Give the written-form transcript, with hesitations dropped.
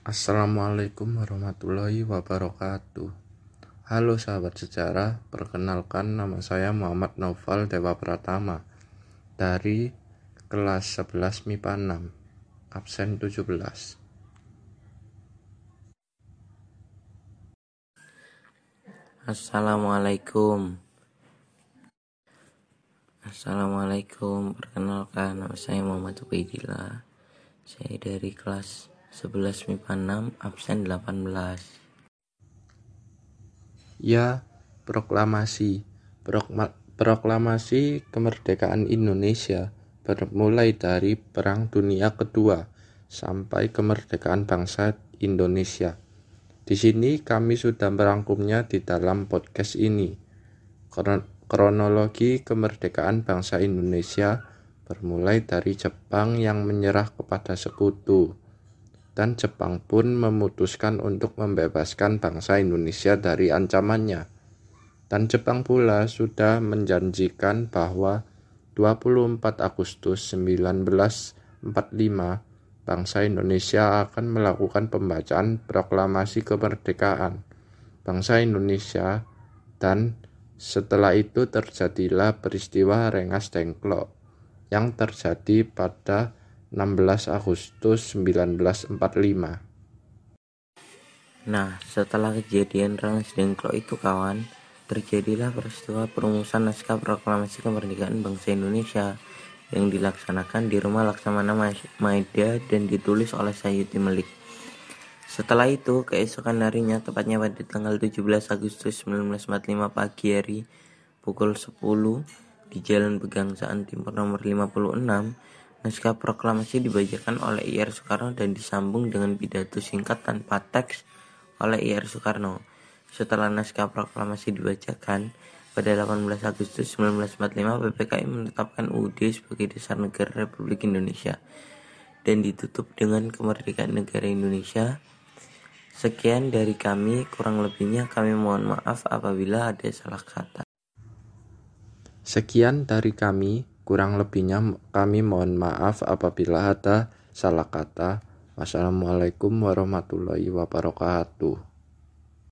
Assalamualaikum warahmatullahi wabarakatuh. Halo sahabat sejarah, perkenalkan nama saya Muhammad Naufal Dewa Pratama dari kelas 11 MIPA 6, absen 17. Assalamualaikum, perkenalkan nama saya Muhammad Ubaidillah. Saya dari kelas 11 MIPA 6, absen 18. Ya, proklamasi kemerdekaan Indonesia bermulai dari Perang Dunia Kedua sampai kemerdekaan bangsa Indonesia. Di sini kami sudah merangkumnya di dalam podcast ini. Kronologi kemerdekaan bangsa Indonesia bermulai dari Jepang yang menyerah kepada sekutu, dan Jepang pun memutuskan untuk membebaskan bangsa Indonesia dari ancamannya. Dan Jepang pula sudah menjanjikan bahwa 24 Agustus 1945 bangsa Indonesia akan melakukan pembacaan proklamasi kemerdekaan bangsa Indonesia, dan setelah itu terjadilah peristiwa Rengas Dengklok yang terjadi pada 16 Agustus 1945. Nah, setelah kejadian Rengas Dengklok itu kawan, terjadilah peristiwa perumusan naskah proklamasi kemerdekaan bangsa Indonesia yang dilaksanakan di Rumah Laksamana Maeda dan ditulis oleh Sayuti Melik. Setelah itu, keesokan harinya, tepatnya pada tanggal 17 Agustus 1945 pagi hari, pukul 10, di Jalan Pegangsaan Timur nomor 56, naskah proklamasi dibacakan oleh Ir Soekarno dan disambung dengan pidato singkat tanpa teks oleh Ir Soekarno. Setelah naskah proklamasi dibacakan, pada 18 Agustus 1945 PPKI menetapkan UUD sebagai dasar negara Republik Indonesia dan ditutup dengan kemerdekaan negara Indonesia. Sekian dari kami, kurang lebihnya kami mohon maaf apabila ada salah kata. Sekian dari kami, kurang lebihnya kami mohon maaf apabila ada salah kata. Wassalamualaikum warahmatullahi wabarakatuh.